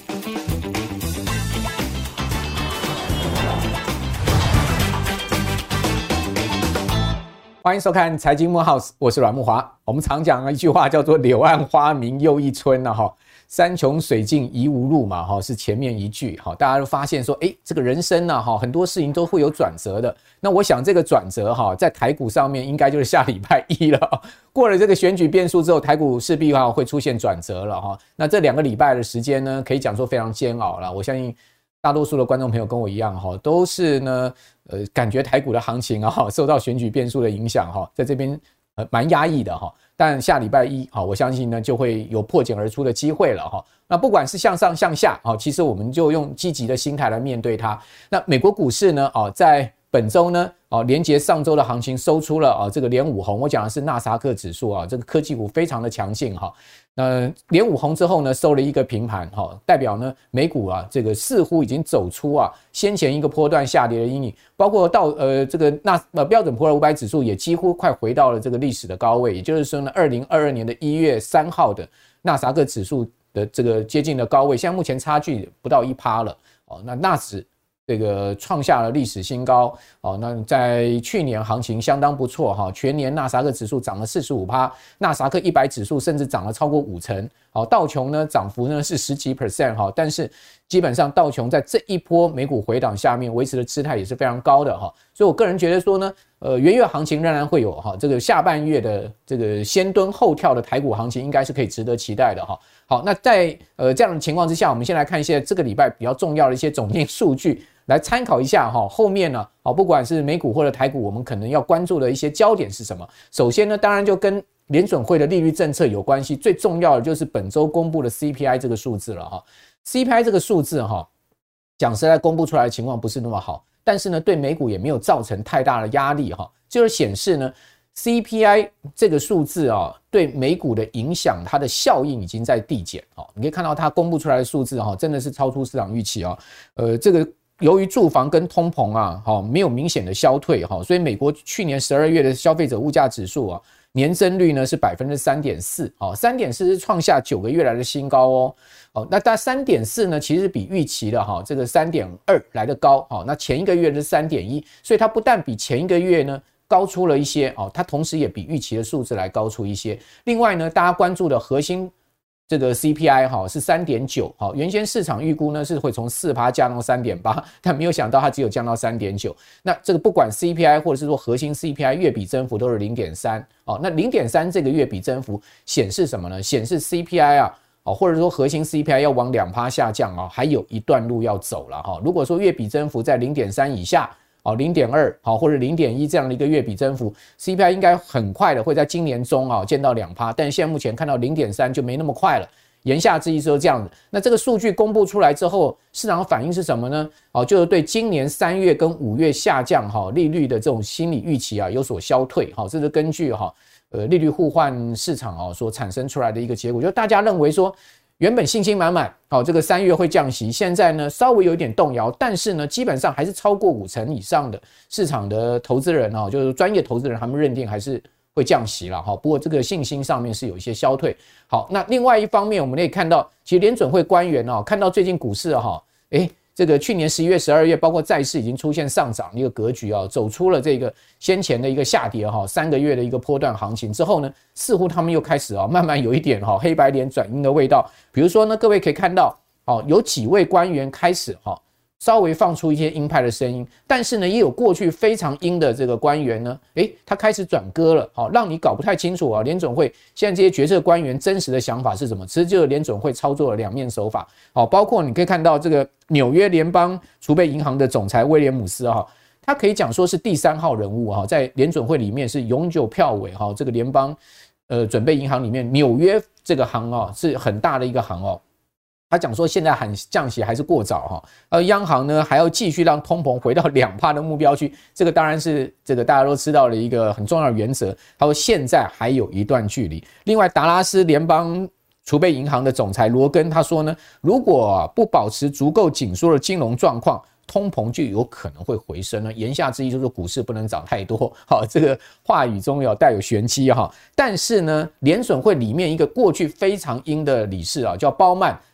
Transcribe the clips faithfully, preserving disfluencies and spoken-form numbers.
欢迎收看财经木 house， 我是阮慕骅。我们常讲一句话叫做柳暗花明又一村啊，哈，山穷水尽疑无路嘛，哈，是前面一句哈，大家都发现说，哎，这个人生啊，哈，很多事情都会有转折的。那我想这个转折哈，在台股上面应该就是下礼拜一了。过了这个选举变数之后，台股势必哈会出现转折了哈。那这两个礼拜的时间呢，可以讲说非常煎熬了。我相信大多数的观众朋友跟我一样哈，都是呢。呃，感觉台股的行情啊，受到选举变数的影响哈，在这边呃蛮压抑的哈。但下礼拜一，我相信呢就会有破茧而出的机会了哈。那不管是向上向下，其实我们就用积极的心态来面对它。那美国股市呢，在本周呢，连结上周的行情收出了这个连五红，我讲的是纳斯达克指数啊，这个科技股非常的强劲哈。那连五红之后呢，收了一个平盘哈，代表呢美股啊，这个似乎已经走出啊先前一个波段下跌的阴影，包括到呃这个纳呃标准普尔五百指数也几乎快回到了这个历史的高位，也就是说呢，二零二二年的一月三号的纳斯达克指数的这个接近的高位，现在目前差距不到 百分之一 了哦，那纳指这个创下了历史新高哦，那在去年行情相当不错哈，全年纳斯达克指数涨了 百分之四十五， 纳斯达克一百指数甚至涨了超过五成，好，道琼呢涨幅呢是十几 percent 哈，但是基本上道琼在这一波美股回档下面维持的姿态也是非常高的哈，所以我个人觉得说呢，呃，元月行情仍然会有哈，这个下半月的这个先蹲后跳的台股行情应该是可以值得期待的哈。好，那在呃这样的情况之下，我们先来看一些这个礼拜比较重要的一些总经数据。来参考一下哈，后面呢，不管是美股或者台股，我们可能要关注的一些焦点是什么？首先呢，当然就跟联准会的利率政策有关系，最重要的就是本周公布的 C P I 这个数字了哈。C P I 这个数字哈，讲实在公布出来的情况不是那么好，但是呢，对美股也没有造成太大的压力哈，就是显示呢 ，C P I 这个数字啊，对美股的影响，它的效应已经在递减哦。你可以看到它公布出来的数字哈，真的是超出市场预期啊，呃，这个。由于住房跟通膨啊，没有明显的消退，所以美国去年十二月的消费者物价指数啊，年增率呢是 百分之三点四， 三点四 是创下九个月来的新高哦。那但 三点四 呢，其实比预期的这个 三点二 来的高，那前一个月是 三点一， 所以它不但比前一个月呢高出了一些，它同时也比预期的数字来高出一些。另外呢，大家关注的核心这个 C P I 是 三点九， 原先市场预估呢是会从 百分之四 降到 三点八， 但没有想到它只有降到 三点九。 那这个不管 C P I 或者是说核心 C P I 月比增幅都是 零点三， 那 零点三 这个月比增幅显示什么呢？显示 C P I 啊，或者说核心 C P I 要往 百分之二 下降啊，还有一段路要走了哈。如果说月比增幅在 零点三 以下，零点二 或者 零点一 这样的一个月比增幅 ，C P I 应该很快的会在今年中啊见到 百分之二， 但现在目前看到 零点三 就没那么快了。言下之意是这样子，那这个数据公布出来之后，市场的反应是什么呢？就是对今年三月跟五月下降利率的这种心理预期啊有所消退，这是根据呃利率互换市场所产生出来的一个结果，就大家认为说。原本信心满满，好，这个三月会降息，现在呢稍微有一点动摇，但是呢基本上还是超过五成以上的市场的投资人哦，就是专业投资人，他们认定还是会降息了哈。不过这个信心上面是有一些消退。好，那另外一方面我们可以看到，其实联准会官员哦，看到最近股市哈，哎。这个去年十一月、十二月，包括债市已经出现上涨的一个格局啊，走出了这个先前的一个下跌哈，三个月的一个波段行情之后呢，似乎他们又开始啊，慢慢有一点哈黑白脸转阴的味道。比如说呢，各位可以看到哦，有几位官员开始哈稍微放出一些鹰派的声音，但是呢，也有过去非常鹰的这个官员呢，诶，他开始转鸽了，好，让你搞不太清楚啊。联准会现在这些决策官员真实的想法是什么？其实就是联准会操作的两面手法，好，包括你可以看到这个纽约联邦储备银行的总裁威廉姆斯哈，他可以讲说是第三号人物哈，在联准会里面是永久票委哈，这个联邦呃准备银行里面纽约这个行哦是很大的一个行哦。他讲说，现在喊降息还是过早哈，而央行呢还要继续让通膨回到 百分之二 的目标区，这个当然是这个大家都知道的一个很重要的原则。他说现在还有一段距离。另外，达拉斯联邦储备银行的总裁罗根他说呢，如果不保持足够紧缩的金融状况，通膨就有可能会回升了。言下之意就是股市不能涨太多，好，这个话语中有带有玄机哈。但是呢，联准会里面一个过去非常鹰的理事啊，叫鲍曼。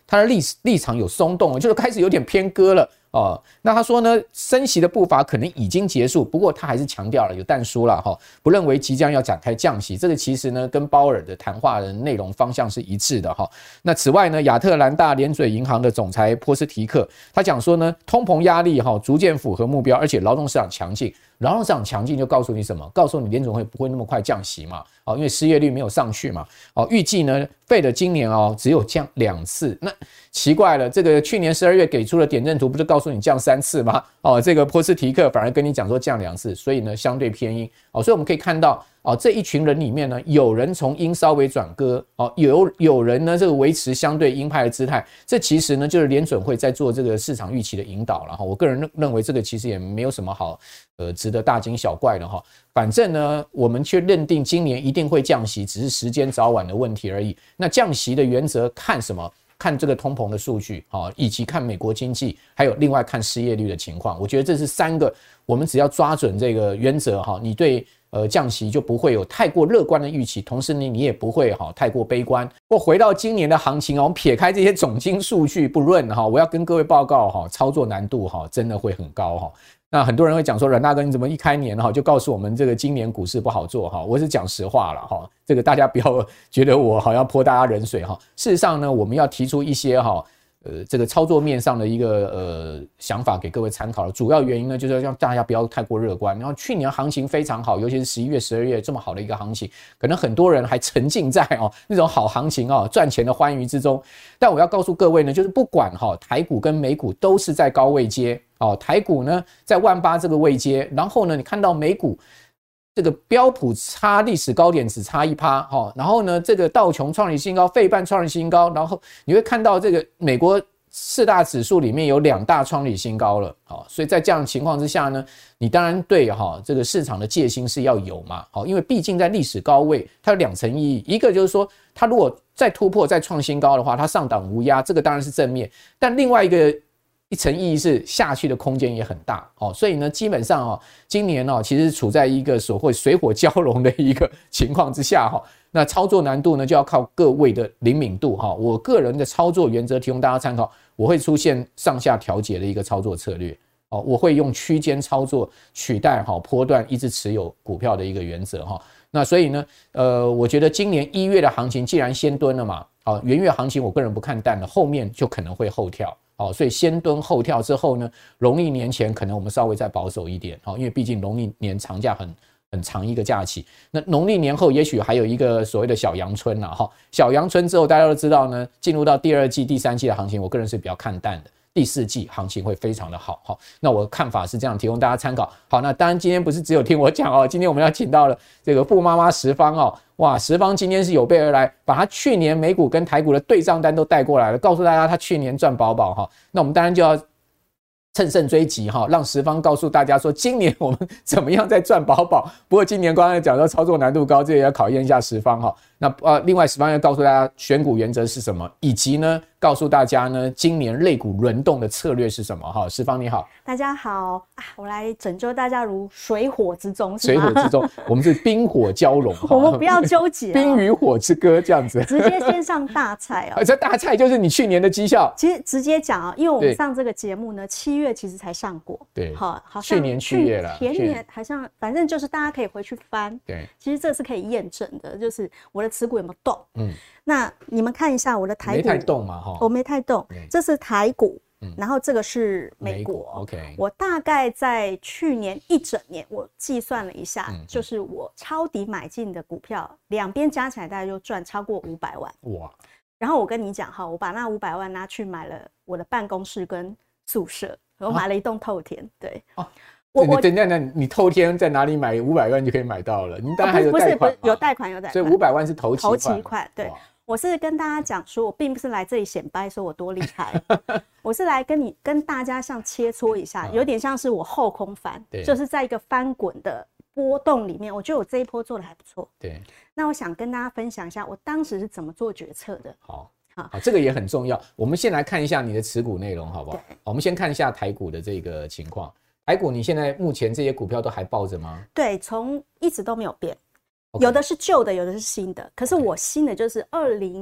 他的 立, 立场有松动，就是开始有点偏鸽了。哦，那他说呢，升息的步伐可能已经结束，不过他还是强调了有但书了哈，不认为即将要展开降息。这个其实呢，跟鲍尔的谈话的内容方向是一致的哈。那此外呢，亚特兰大联准银行的总裁波斯提克他讲说呢，通膨压力哈逐渐符合目标，而且劳动市场强劲。劳动市场强劲就告诉你什么？告诉你联准会不会那么快降息嘛？哦，因为失业率没有上去嘛。哦，预计呢，Fed今年哦只有降两次。那奇怪了，这个去年十二月给出的点阵图不是告诉你降三次吗？哦，这个波斯提克反而跟你讲说降两次，所以呢相对偏鹰。哦，所以我们可以看到。哦，这一群人里面呢，有人从鹰稍微转鸽，哦，有有人呢这个维持相对鹰派的姿态，这其实呢就是联准会在做这个市场预期的引导了哈。我个人认为这个其实也没有什么好呃值得大惊小怪的哈。反正呢，我们却认定今年一定会降息，只是时间早晚的问题而已。那降息的原则看什么？看这个通膨的数据，以及看美国经济，还有另外看失业率的情况。我觉得这是三个，我们只要抓准这个原则，你对呃降息就不会有太过乐观的预期，同时呢，你也不会太过悲观。不过回到今年的行情，我们撇开这些总经数据不论，我要跟各位报告，操作难度真的会很高。那很多人会讲说，阮大哥你怎么一开年就告诉我们这个今年股市不好做？我是讲实话了，这个大家不要觉得我好像泼大家冷水。事实上呢，我们要提出一些呃这个操作面上的一个呃想法给各位参考了。主要原因呢，就是让大家不要太过乐观。然后去年行情非常好，尤其是十一月、十二月这么好的一个行情，可能很多人还沉浸在哦那种好行情哦赚钱的欢愉之中。但我要告诉各位呢，就是不管哈台股跟美股都是在高位阶。哦，台股呢在万八这个位阶，然后呢你看到美股这个标普差历史高点只差一趴，哦，然后呢这个道琼创立新高，费半创立新高，然后你会看到这个美国四大指数里面有两大创立新高了，哦，所以在这样的情况之下呢，你当然对哈、哦、这个市场的戒心是要有嘛，好、哦，因为毕竟在历史高位，它有两层意义，一个就是说它如果再突破再创新高的话，它上档无压，这个当然是正面，但另外一个。一层意义是下去的空间也很大，哦，所以呢，基本上哦，今年哦，其实处在一个所谓水火交融的一个情况之下，哈，那操作难度呢就要靠各位的灵敏度，哈，我个人的操作原则提供大家参考，我会出现上下调节的一个操作策略，哦，我会用区间操作取代哈波段一直持有股票的一个原则，哈，那所以呢，呃，我觉得今年一月的行情既然先蹲了嘛，哦，元月行情我个人不看淡了，后面就可能会后跳。哦，所以先蹲后跳之后呢，农历年前可能我们稍微再保守一点，哦，因为毕竟农历年长假很很长一个假期。那农历年后也许还有一个所谓的小阳春啦，哈，小阳春之后大家都知道呢，进入到第二季、第三季的行情，我个人是比较看淡的。第四季行情会非常的好，好，那我的看法是这样，提供大家参考。好，那当然今天不是只有听我讲哦，今天我们要请到了这个富妈妈十方哦，哇，十方今天是有备而来，把他去年美股跟台股的对账单都带过来了，告诉大家他去年赚饱饱哈。那我们当然就要乘胜追击哈，让十方告诉大家说，今年我们怎么样在赚饱饱。不过今年刚才讲到操作难度高，这也要考验一下十方哈。那呃，另外十方要告诉大家选股原则是什么，以及呢，告诉大家呢，今年类股轮动的策略是什么哈。十方你好， 大家好啊，我来拯救大家如水火之中， 水火之中，我们是冰火交融， 我们不要纠结、哦， 冰与火之歌这样子， 直接先上大菜哦。 这大菜就是你去年的绩效。 其实直接讲啊、哦，因为我们上这个节目呢，七月其实才上过， 对， 好，好像去年七月了， 前年好像反正就是大家可以回去翻， 对， 其实这是可以验证的，就是我的持股有没有动， 嗯， 那你们看一下我的台股， 没太动嘛哈， 我没太动，这是台股。 嗯、 然后这个是美股 ，OK， 我大概在去年一整年，我计算了一下， 嗯、 就是我抄底买进的股票，两边加起来大概就赚超过五百万。 哇！ 然后我跟你讲哈，我把那五百万拿去买了我的办公室跟宿舍，我买了一栋透天，对。 哦我我等一下，那你透天在哪里买五百万就可以买到了？你当然还有贷款、哦， 不是不是有贷款有贷款， 所以五百万是头期款。 头期款，对。我是跟大家讲说，我并不是来这里显摆说我多厉害，我是来跟你跟大家像切磋一下，有点像是我后空翻，就是在一个翻滚的波动里面，我觉得我这一波做的还不错。 对， 那我想跟大家分享一下我当时是怎么做决策的。 好。好，这个也很重要。我们先来看一下你的持股内容，好不好？好，我们先看一下台股的这个情况。台股你现在目前这些股票都还抱着吗？ 对，从一直都没有变。Okay. 有的是旧的，有的是新的。可是我新的就是二零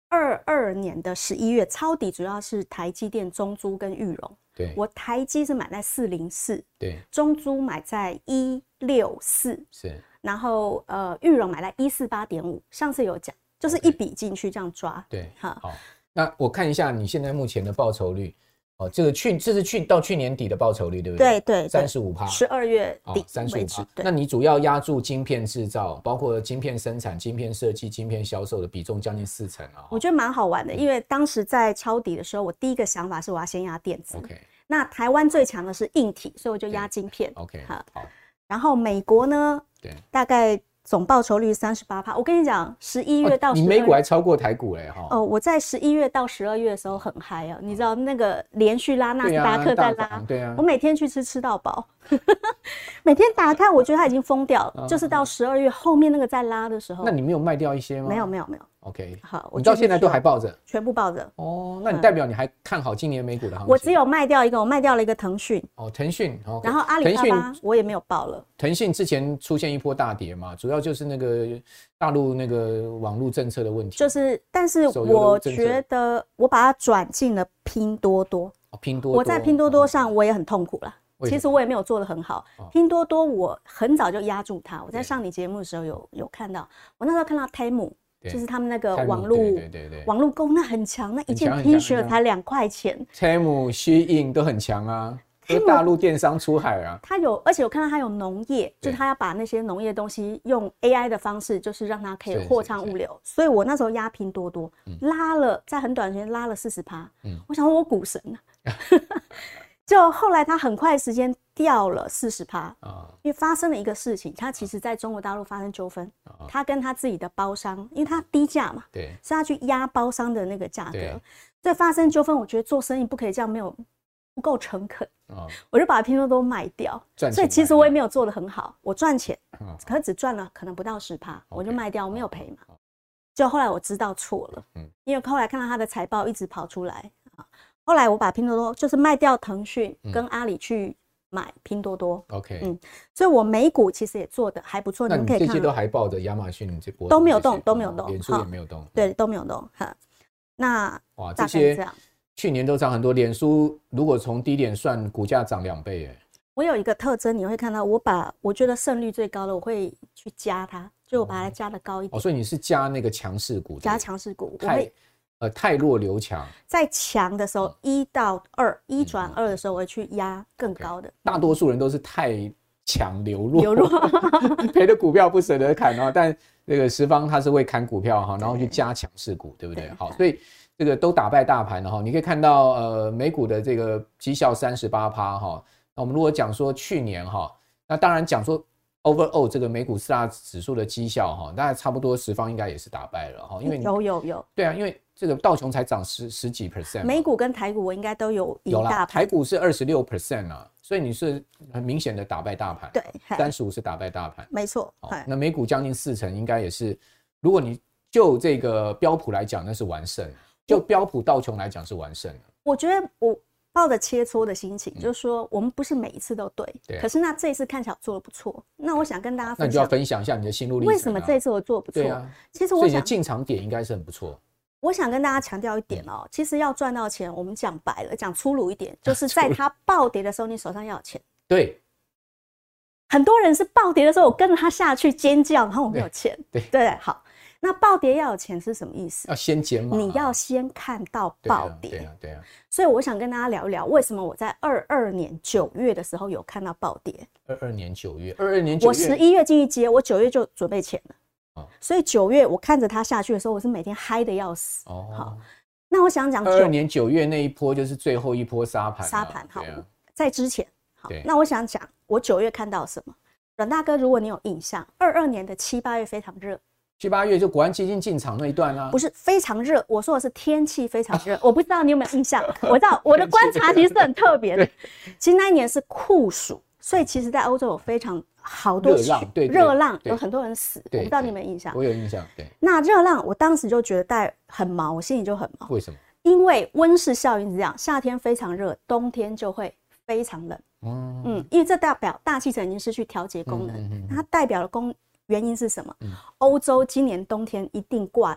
二二年的十一月，抄底主要是台积电、中租跟裕隆。 对， 我台积是买在四零四， 对， 中租买在一六四， 是， 然后呃裕隆买在一四八点五。上次有讲，就是一笔进去这样抓。 对，好，那我看一下你现在目前的报酬率。哦，这个去这是去到去年底的报酬率，对不对？ 对对， 三十五趴， 十二月底三十五趴。那你主要压住晶片制造，包括晶片生产、晶片设计、晶片销售的比重将近四成啊。 我觉得蛮好玩的，因为当时在抄底的时候，我第一个想法是我要先压电子。 OK。 那台湾最强的是硬体，所以我就压晶片。 OK。好。 然后美国呢？对，大概。总报酬率三十八趴，我跟你讲，十一月到十二月、哦、 你美股还超过台股嘞哈。 哦，我在十一月到十二月的时候很嗨啊，你知道那个连续拉纳斯达克在拉， 对啊，对啊， 我每天去吃吃到饱，每天打开我觉得它已经疯掉了，啊、就是到十二月后面那个在拉的时候。 那你没有卖掉一些吗？ 没有，没有，没有。 OK， 好， 你到现在都还抱着， 全部抱着。 哦，那你代表你还看好今年美股的行情？ 我只有卖掉一个，我卖掉了一个腾讯。 哦，腾讯。Okay. 然后阿里巴巴我也没有抱了。 腾讯之前出现一波大跌嘛，主要就是那个大陆那个网络政策的问题。 就是，但是我觉得我把它转进了拼多多。 哦，拼多多。 我在拼多多上我也很痛苦啦。其实我也没有做得很好。哦、拼多多我很早就压住它，我在上你节目的时候有有看到，我那时候看到 Temu。就是他们那个网络网络购那很强，那一件 T 恤才两块钱。 Temu、Shein 都很强啊，都大陆电商出海啊。 他有，而且我看到他有农业，就是他要把那些农业东西用 A I 的方式，就是让它可以货畅物流。所以我那时候压拼多多，拉了在很短时间拉了四十趴。我想说我股神啊。就后来他很快时间掉了四十趴，因为发生了一个事情，他其实在中国大陆发生纠纷，他跟他自己的包商，因为他低价嘛，对，是他去压包商的那个价格，所以发生纠纷。我觉得做生意不可以这样，没有不够诚恳，我就把拼多多卖掉。所以其实我也没有做得很好，我赚钱，可是只赚了可能不到十趴，我就卖掉，我没有赔嘛。就后来我知道错了，因为后来看到他的财报一直跑出来。后来我把拼多多就是卖掉腾讯跟阿里去买拼多多。 OK， 嗯，所以我美股其实也做的还不错。 那你们可以看， 这些都还抱着亚马逊这波都没有动，都没有动， 脸书也没有动， 对，都没有动。哈，那哇，这些去年都涨很多，脸书如果从低点算，股价涨两倍哎。 我有一个特征，你会看到，我把我觉得胜率最高的，我会去加它，就我把它加的高一点。 哦，所以你是加那个强势股， 加强势股， 我会。呃，太弱留强， 在强的时候，一到二，一转二的时候，我会去压更高的。 大多数人都是太强流弱， 流弱赔的股票不舍得砍哦。但这个十方他是会砍股票哈，然后去加强势股，对不对？好，所以这个都打败大盘了哈。你可以看到，呃，美股的这个绩效三十八趴哈。那我们如果讲说去年哈，那当然讲说 overall 这个美股四大指数的绩效哈，大概差不多十方应该也是打败了哈，因为有有有， 对啊，因为。这个道琼才涨十十几 percent， 美股跟台股我应该都有赢大盘， 台股是二十六 percent 啊，所以你是很明显的打败大盘， 对， 三十五是打败大盘， 没错。 那美股将近四成，应该也是，如果你就这个标普来讲，那是完胜；就标普道琼来讲是完胜。 我觉得我抱着切磋的心情，嗯、就是说我们不是每一次都对，对啊、可是那这一次看起来做得不错，那我想跟大家分享， 那你就要分享一下你的心路历程、啊。 为什么这一次我做得不错？ 对啊， 其实我想， 所以你的进场点应该是很不错。 我想跟大家强调一点哦，其实要赚到钱，我们讲白了，讲粗鲁一点，就是在它暴跌的时候，你手上要有钱。 对， 很多人是暴跌的时候，我跟着他下去尖叫，然后我没有钱。 对对, 对，好，那暴跌要有钱是什么意思？ 要先减码， 你要先看到暴跌。 对啊，对啊。 所以我想跟大家聊一聊，为什么我在二二年九月的时候有看到暴跌。 二二年九月，二二年九月， 我十一月进去接，我九月就准备钱了。所以九月我看着它下去的时候，我是每天嗨的要死。哦，好，那我想讲二二年九月那一波就是最后一波沙盘、啊。 沙盘好，啊、在之前好，那我想讲我九月看到什么？阮大哥，如果你有印象，二二年的七八月非常热， 七八月就国安基金进场那一段啊， 不是非常热，我说的是天气非常热。我不知道你有没有印象？我知道我的观察其实是很特别的。其实那一年是酷暑，所以其实在欧洲有非常。好多热浪，对热浪有很多人死，我不知道你有没有印象？ 我有印象，对。 那热浪，我当时就觉得带很毛，我心里就很毛。 为什么？ 因为温室效应是这样，夏天非常热，冬天就会非常冷。嗯嗯，因为这代表大气层已经失去调节功能，嗯嗯嗯它代表的功原因是什么？欧洲今年冬天一定挂点。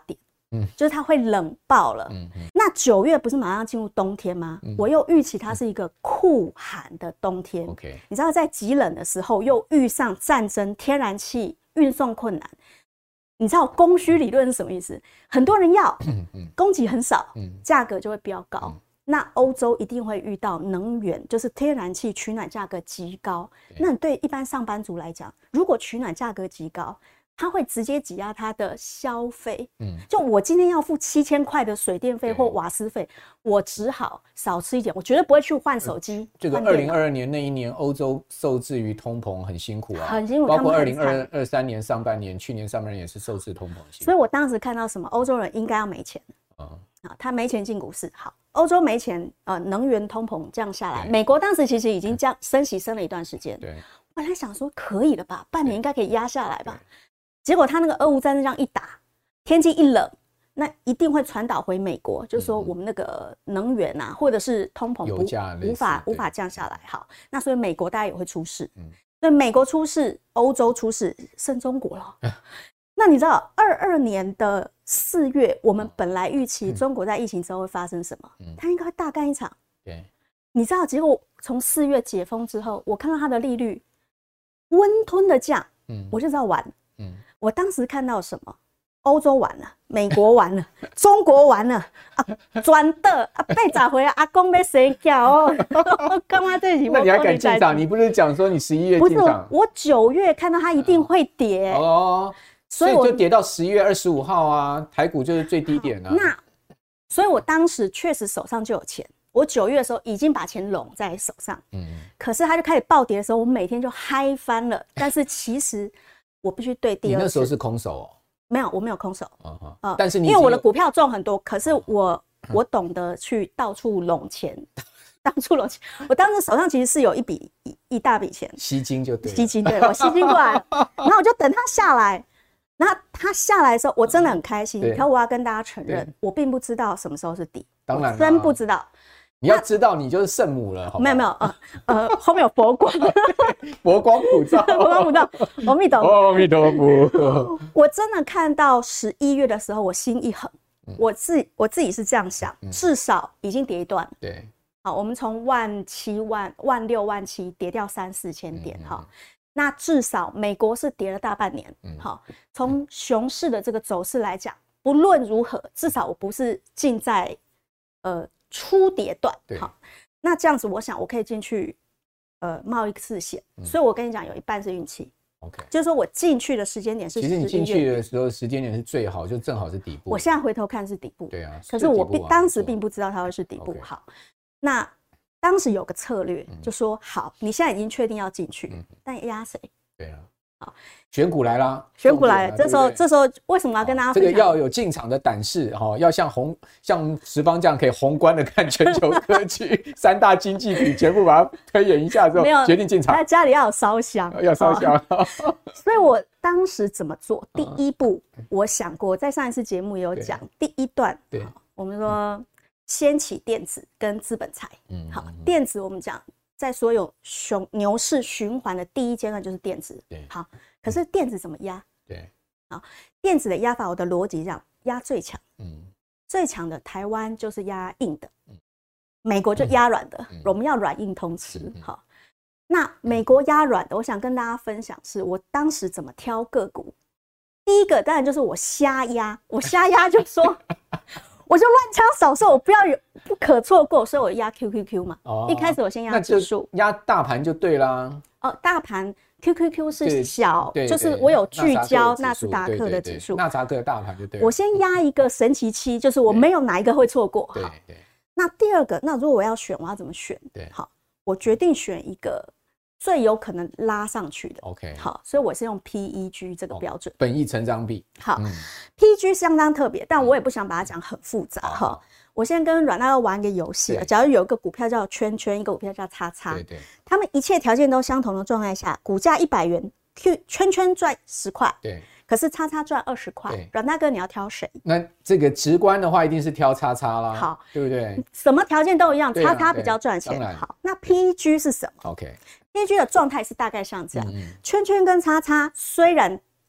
嗯，就是它会冷爆了。嗯嗯，那九月不是马上要进入冬天吗？嗯、我又预期它是一个酷寒的冬天。 OK， 你知道在极冷的时候又遇上战争、天然气运送困难，你知道供需理论是什么意思？很多人要，嗯嗯、供给很少，嗯、价格就会飙高。嗯，那欧洲一定会遇到能源，就是天然气取暖价格极高。那你对一般上班族来讲，如果取暖价格极高，它会直接挤压它的消费。嗯，就我今天要付七千块的水电费或瓦斯费，我只好少吃一点，我绝对不会去换手机。 这个二零二二年那一年，欧洲受制于通膨很辛苦啊， 很辛苦。 包括二零二三年上半年，去年上半年也是受制通膨。 所以我当时看到什么，欧洲人应该要没钱。嗯，啊，他没钱进股市，好。欧洲没钱，呃，能源通膨降下来，美国当时其实已经降升息升了一段时间。对，我本来想说可以了吧，半年应该可以压下来吧。结果他那个俄乌战争这样一打，天气一冷，那一定会传导回美国，就是说我们那个能源啊，或者是通膨不无法无法降下来。好，那所以美国大家也会出事。嗯，所以美国出事，欧洲出事，剩中国了。那你知道二二年的四月，我们本来预期中国在疫情之后会发生什么？嗯、它应该会大干一场。对，你知道，结果从四月解封之后，我看到它的利率温吞的降，嗯、我就知道完。嗯，我当时看到什么？欧洲完了，美国完了，中国完了啊！转的啊，被砸回来，阿公被谁叫哦？干嘛这几？ 那你还敢进场？你不是讲说你十一月进场？ 我九月看到它一定会跌哦。所以就跌到十一月二十五号啊，台股就是最低点啊。 那，所以我当时确实手上就有钱，我九月的时候已经把钱拢在手上。嗯，可是它就开始暴跌的时候，我每天就嗨翻了。但是其实我必须对第二次， 你那时候是空手哦？ 没有，我没有空手。 啊哈、呃，但是你因为我的股票中很多，可是我、嗯、我懂得去到处拢钱。到处拢钱，我当时手上其实是有一笔 一, 一大笔钱， 吸金就对了， 吸金对，我吸金过来了，然后我就等它下来。那它下来的时候，我真的很开心。可我要跟大家承认，我并不知道什么时候是底， 当然真不知道。 你要知道，你就是圣母了，好不好？ 没有没有，呃呃，后面有佛光， 佛光普照， 佛光普照，阿弥陀佛， 阿弥陀佛。 我真的看到十一月的时候，我心一横，嗯、我自我自己是这样想，嗯、至少已经跌一段了。 对， 好，我们从万七万万六万七跌掉三四千点，哈、嗯。那至少美国是跌了大半年，嗯，好，从熊市的这个走势来讲，不论如何，至少我不是进在呃初跌段，好，那这样子，我想我可以进去呃贸易赤险，嗯、所以我跟你讲，有一半是运气 ，OK， 就是说我进去的时间点是， 其实你进去的时候时间点是最好，就正好是底部。 我现在回头看是底部， 对啊， 可是我并、啊、当时并不知道它会是底部， okay. 好，那。当时有个策略，就说好，你现在已经确定要进去，嗯、但压谁？ 对啊，好，选股来啦， 选股来了。这时候，这时候为什么要跟大家分享？ 这个要有进场的胆识哈，要像宏像石方这样可以宏观的看全球科技三大经济体，全部把它推演一下之后，决定进场。 在家里要有烧香， 要烧香。 所以我当时怎么做？第一步，我想过，在上一次节目也有讲，第一段，对，我们说。掀起电子跟资本财，嗯，好，电子我们讲在所有熊牛市循环的第一阶段就是电子，对，好，可是电子怎么压？ 对， 好，电子的压法，我的逻辑这样，压最强，嗯，最强的台湾就是压硬的，嗯，美国就压软的，嗯、我们要软硬通吃，嗯、好，那美国压软的，我想跟大家分享是我当时怎么挑个股，第一个当然就是我瞎压，我瞎压就说。我就乱枪扫射，我不要有不可错过，所以我压 Q Q Q 嘛。哦，一开始我先压指数， 压大盘就对啦。 哦，大盘 Q Q Q 是小，就是我有聚焦纳斯达克的指数， 纳斯达克的大盘就对了。 我先压一个神奇七，就是我没有哪一个会错过。 对对。 那第二个，那如果我要选，我要怎么选？ 对， 好，我决定选一个最有可能拉上去的 ，OK， 好，所以我是用 P E G 这个标准， 哦、本益成长比。 好、嗯、，P E G 相当特别，但我也不想把它讲很复杂哈、嗯。我先跟阮大哥玩一个游戏，假如有一个股票叫圈圈，一个股票叫叉叉，对对，他们一切条件都相同的状态下，股价一百元 ，Q 圈圈赚十块，对。可是叉叉赚二十块，阮大哥你要挑谁？ 那这个直观的话，一定是挑叉叉啦，好，对不对？ 什么条件都一样，叉叉比较赚钱。好，那 P E G 是什么 ？OK，P E G 的状态是大概像这样，嗯、圈圈跟叉叉虽然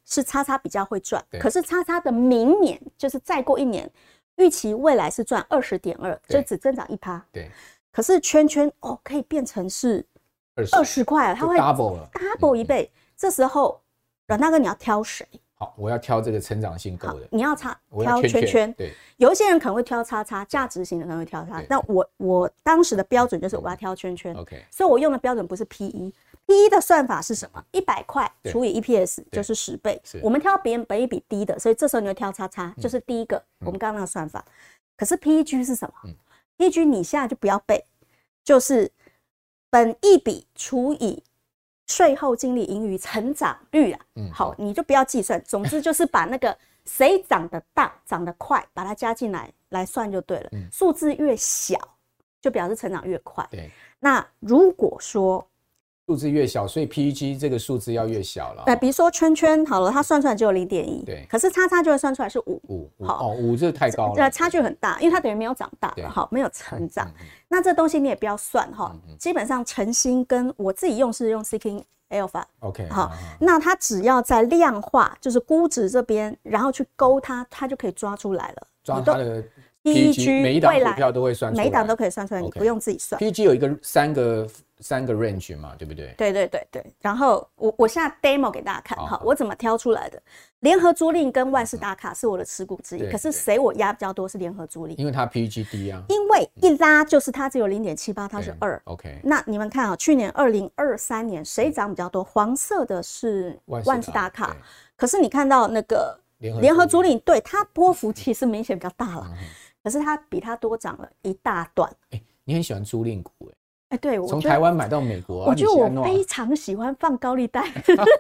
是叉叉比较会赚，可是叉叉的明年就是再过一年，预期未来是赚二十点二，就只增长一趴。 对， 可是圈圈哦可以变成是二十块了，它会 double 了 ，double 一倍。嗯、这时候阮大哥你要挑谁？ 好，我要挑这个成长性够的。 你要叉挑圈 圈, 圈，对，有一些人可能会挑叉叉，价值型的可能会挑叉。那我我当时的标准就是我要挑圈圈 ，OK， 所以我用的标准不是 P E。P E 的算法是什么？一百块除以 E P S 就是十倍。我们挑别人本益比低的，所以这时候你会挑叉叉，就是第一个、嗯、我们刚刚那个算法。可是 P E G 是什么、嗯、？P E G 你现在就不要背，就是本益比除以税后净利盈余成长率啦。嗯，好，你就不要计算，总之就是把那个谁涨得大、涨得快，把它加进来来算就对了。嗯、数字越小，就表示成长越快。对，那如果说数字越小，所以 P E G 这个数字要越小了。 对，比如说圈圈好了，它算出来只有 零点一， 对，可是叉叉就会算出来是五。 五，好，哦，五这太高了， 差距很大，因为它等于没有长大了，好，没有成长。嗯嗯、那这东西你也不要算哈，嗯嗯、基本上晨星跟我自己用是用 Seeking Alpha，OK， 好，好那它只要在量化，就是估值这边，然后去勾它，它就可以抓出来了。 抓它的 P E G， 每一档股票都会算出来， 每一档都可以算出来，你不用自己算。 P E G 有一个三个。三个 range 嘛，对不对？ 对对对对。然后我我现在 demo 给大家看哈，我怎么挑出来的？联合租赁跟万事达卡是我的持股之一，可是谁我压比较多是联合租赁， 因为它 P E G 低啊。 因为一拉就是它只有 零点七八， 它是二。 OK。 那你们看啊，去年二零二三年谁涨比较多？黄色的是万事达卡，可是你看到那个联合租赁，对它波幅其实明显比较大了，可是它比它多涨了一大段。 哎，你很喜欢租赁股哎。 哎，对， 从台湾买到美国、啊， 我觉得我非常喜欢放高利贷，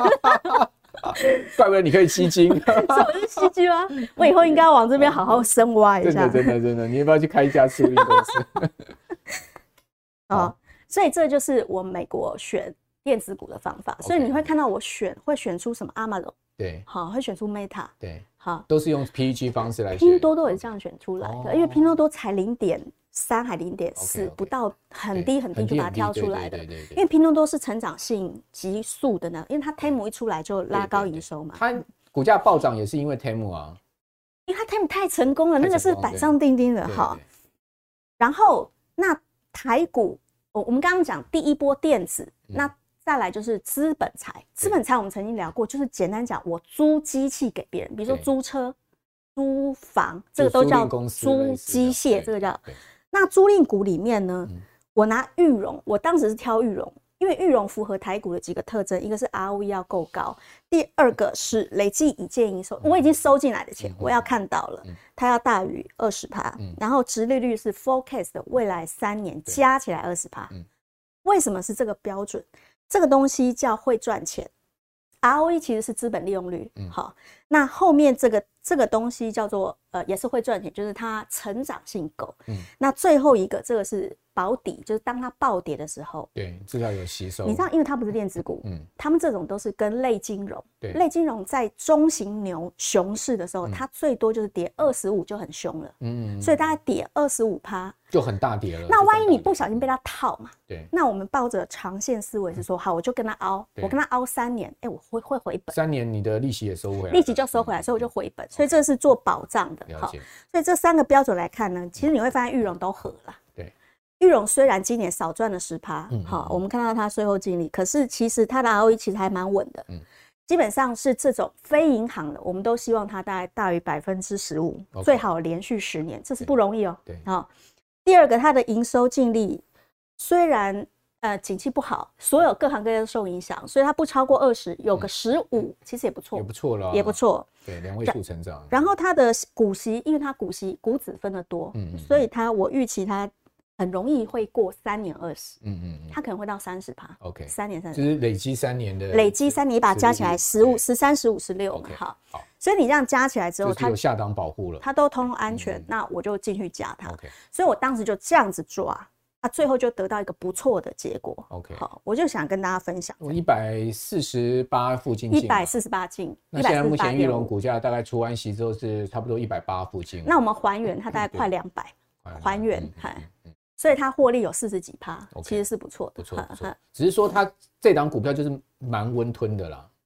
怪不得你可以吸金。 我是吸金吗？我以后应该往这边好好深挖一下。 真的，真的，真的，你要不要去开一家租赁公司？ 哦，所以这就是我美国选电子股的方法。所以你会看到我选会选出什么 Amazon， 对， 好，会选出 Meta， 对， 好， 都是用 P E G 方式来选。 拼多多也是这样选出来的，哦、因为拼多多才零点三还零点四，不到很低很低就把它挑出来的。因为拼多多是成长性急速的呢，因为它 T E M 一出来就拉高营收嘛。 它股价暴涨也是因为 T E M 啊， 因为它 T E M 太成功了，那个是板上钉钉的哈。然后那台股，我们刚刚讲第一波电子，嗯、那再来就是资本财。资本财我们曾经聊过，就是简单讲，我租机器给别人，比如说租车。租房这个都叫租机械，这个叫。那租赁股里面呢，嗯、我拿裕隆，我当时是挑裕隆，因为裕隆符合台股的几个特征，一个是 R O E 要够高，第二个是累计已见营收，我已经收进来的钱，嗯、我要看到了，嗯、它要大于 百分之二十，嗯、然后殖利率是 forecast 的未来三年加起来 百分之二十，嗯、为什么是这个标准？这个东西叫会赚钱。R O E 其实是资本利用率，嗯、好，那后面这个这个东西叫做呃，也是会赚钱，就是它成长性够。嗯，那最后一个这个是保底，就是当它暴跌的时候， 对，至少有吸收。 你知道，因为它不是电子股，嗯，他们这种都是跟类金融，对，类金融在中型牛熊市的时候，嗯、它最多就是跌二十五就很凶了，嗯，所以大概跌二十五趴就很大跌了。 那万一你不小心被它套嘛， 对， 那我们抱着长线思维是说，好，我就跟它凹，我跟它凹三年，哎、欸，我会会回本， 三年你的利息也收回来， 利息就收回来，所以我就回本，所以这是做保障的，好，所以这三个标准来看呢，其实你会发现裕隆都合了。裕隆虽然今年少赚了 百分之十， 嗯，好，我们看到它税后净利，可是其实它的 R O E 其实还蛮稳的，嗯，基本上是这种非银行的，我们都希望它大概大于 百分之十五， 最好连续十年，这是不容易哦。对，好，第二个，它的营收净利虽然呃景气不好，所有各行各业都受影响，所以它不超过二十，有个十五、嗯，其实也不错， 也不错了， 也不错， 对，两位数成长。 然后它的股息，因为它股息股子分得多，嗯，所以它我预期它很容易会过三年二十，嗯嗯，它可能会到三十趴 ，OK， 三年三十， 就是累积三年的， 累积三年，你把它加起来十五、十三、十五、十六，好，好，所以你这样加起来之后， 它有下档保护了， 它都通通安全，嗯、那我就进去加它 ，OK， 所以我当时就这样子抓，啊，最后就得到一个不错的结果 ，OK， 好，我就想跟大家分享， 我一百四十八附近， 一百四十八进， 那现在目前裕隆股价大概除完息之后是差不多一百八附近， 那我们还原它大概快两百，还原，嗨。所以它获利有四十几趴， okay, 其实是不错的， 不错不错。只是说它这档股票就是蛮温吞的啦，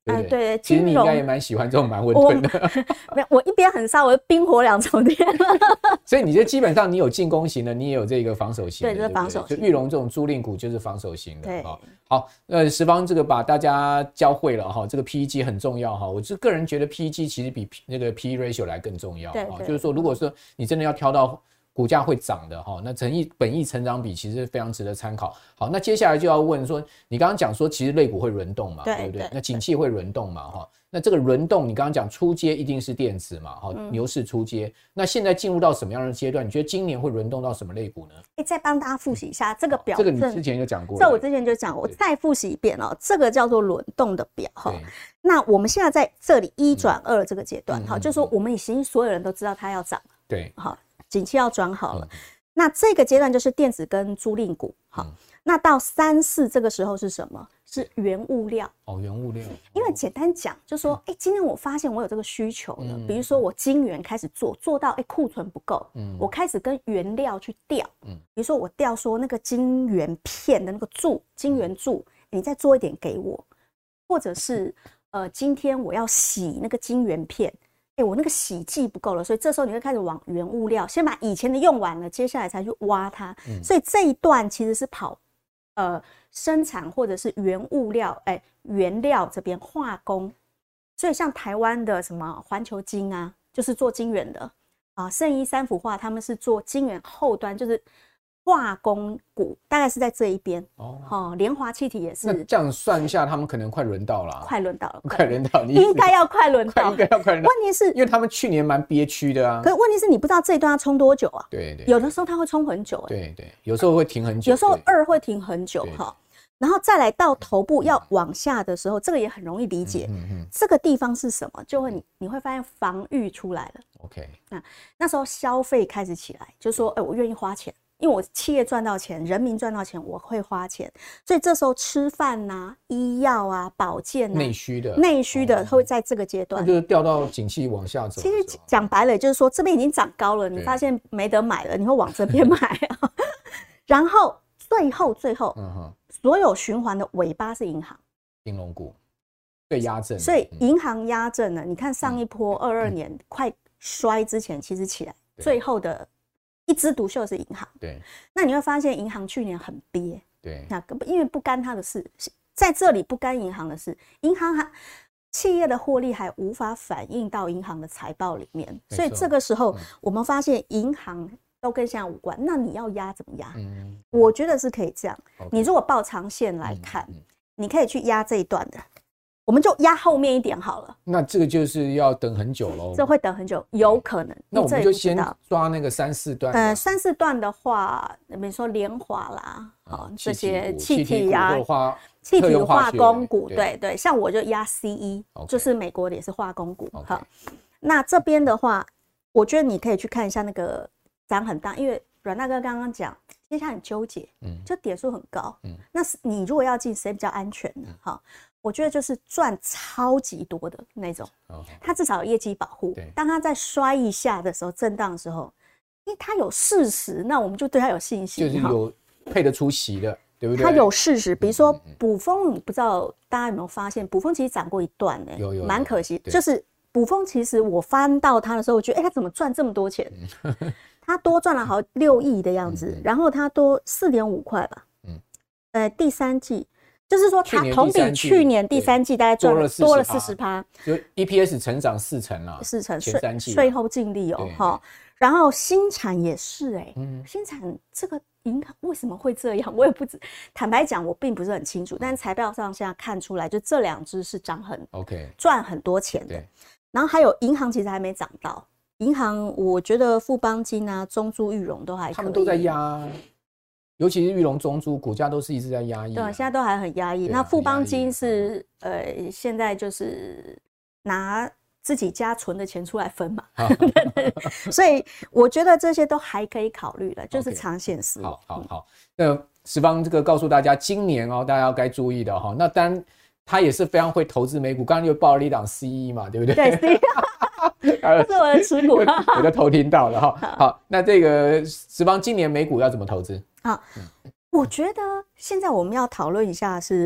对不对？ 对， 其实你应该也蛮喜欢这种蛮温吞的。 没有，我一边很烧，我就冰火两重天。 所以你这基本上你有进攻型的，你也有这个防守型的。 对，这是防守型。 就裕隆这种租赁股就是防守型的。 对， 好，呃，时方这个把大家教会了哈，这个 P E 值很重要哈。我是个人觉得 P E 值其实比那个 P E ratio 来更重要。 对， 就是说，如果说你真的要挑到股价会涨的哈，那本益本益成长比其实非常值得参考。好，那接下来就要问说，你刚刚讲说其实类股会轮动嘛， 对, 对不对？对，那景气会轮动嘛哈。那这个轮动，你刚刚讲初阶一定是电子嘛，哈、嗯，牛市初阶。那现在进入到什么样的阶段？你觉得今年会轮动到什么类股呢？ 哎，再帮大家复习一下这个表。 这个你之前就讲过了。 这我之前就讲过，我再复习一遍哦。这个叫做轮动的表哈。那我们现在在这里一转二这个阶段，哈、嗯，就是说我们已经所有人都知道它要涨了， 对， 好，景气要转好了。嗯、那这个阶段就是电子跟租赁股，好。嗯，那到三四这个时候是什么？是原物料哦，原物料。 因为简单讲，就说，哎、欸，今天我发现我有这个需求了，嗯、比如说我晶圆开始做，做到哎库存不够，嗯，我开始跟原料去调，嗯，比如说我调说那个晶圆片的那个柱，晶圆柱，你再做一点给我，或者是呃，今天我要洗那个晶圆片。哎、欸，我那个洗剂不够了，所以这时候你会开始往原物料，先把以前的用完了，接下来才去挖它。嗯、所以这一段其实是跑，呃，生产或者是原物料，哎、欸，原料这边化工。所以像台湾的什么环球晶啊，就是做晶圆的啊，圣衣三氟化他们是做晶圆后端，就是化工股，大概是在这一边哦。哦，联华气体也是。 那这样算一下，他们可能快轮到了， 快轮到了， 快轮到，你应该要快轮到， 应该要快轮到。 问题是， 因为他们去年蛮憋屈的啊。 可是问题是你不知道这一段要冲多久啊？ 对 对, 对。 有的时候它会冲很久、欸， 对对，有时候会停很久， 有时候二会停很久哈。然后再来到头部要往下的时候，这个也很容易理解。嗯嗯。这个地方是什么？就会你你会发现防御出来了。 OK。 那那时候消费开始起来，就说，哎、欸，我愿意花钱。因为我企业赚到钱，人民赚到钱，我会花钱，所以这时候吃饭啊、医药啊、保健啊、 内需的、 内需的会在这个阶段， 那就是掉到景气往下走。 其实讲白了，就是说这边已经涨高了，你发现没得买了，你会往这边买啊。然后最后最后，嗯、所有循环的尾巴是银行、 金融股最压阵， 所以银行压阵了。你看上一波二二年快衰之前，其实起来最后的。一枝独秀是银行， 对， 那你会发现银行去年很憋， 对， 那因为不干他的事，在这里不干银行的事，银行还企业的获利还无法反映到银行的财报里面，所以这个时候、嗯、我们发现银行都跟现在无关，那你要压怎么压？嗯，我觉得是可以这样， okay, 你如果抱长线来看，嗯嗯、你可以去压这一段的。我们就压后面一点好了。那这个就是要等很久咯， 这会等很久，有可能。 那我们就先抓那个三四段。 呃，三四段的话，比如说联华啦，好、嗯、这些气体啊，气体化工股，对 对, 对，像我就压 C E，、okay, 就是美国的也是化工股。好、okay ，那这边的话，我觉得你可以去看一下那个涨很大，因为阮大哥刚刚讲，接下来很纠结，嗯，就点数很高，嗯，那你如果要进，谁比较安全呢？好、嗯。我觉得就是赚超级多的那种，它至少有业绩保护。当它在摔一下的时候，震荡的时候，因为它有事实，那我们就对它有信心， 就是有配得出息的，对不对？ 它有事实，比如说卜蜂，不知道大家有没有发现，卜蜂其实涨过一段呢、欸， 有有， 蛮可惜。就是卜蜂，其实我翻到它的时候，我觉得，哎、欸，它怎么赚这么多钱？它多赚了好六亿的样子，然后它多四点五块吧，嗯，呃，第三季。就是说，它同比去年第三季大概赚了多了四十趴， 就 E P S 成长四成啊， 四成前三季税后净利哦，哈。然后新产也是哎、欸，嗯，新产这个银行为什么会这样？我也不知，坦白讲，我并不是很清楚。但是财报上现在看出来，就这两只是涨很 OK， 赚很多钱的。然后还有银行其实还没涨到，银行我觉得富邦金啊、中租裕隆都还可以， 他们都在压。尤其是裕隆、中租股价都是一直在压抑、啊， 对，现在都还很压抑。那富邦金是呃，现在就是拿自己家存的钱出来分嘛，所以我觉得这些都还可以考虑了，就是长线思维。 好好好，那时方这个告诉大家，今年哦，大家要该注意的哈。那当然，他也是非常会投资美股，刚刚又报了一档 C E 嘛，对不对？ 对 ，C E。这是我的持股， 我就偷听到了哈。好，那这个时方今年美股要怎么投资？ 好，我觉得现在我们要讨论一下是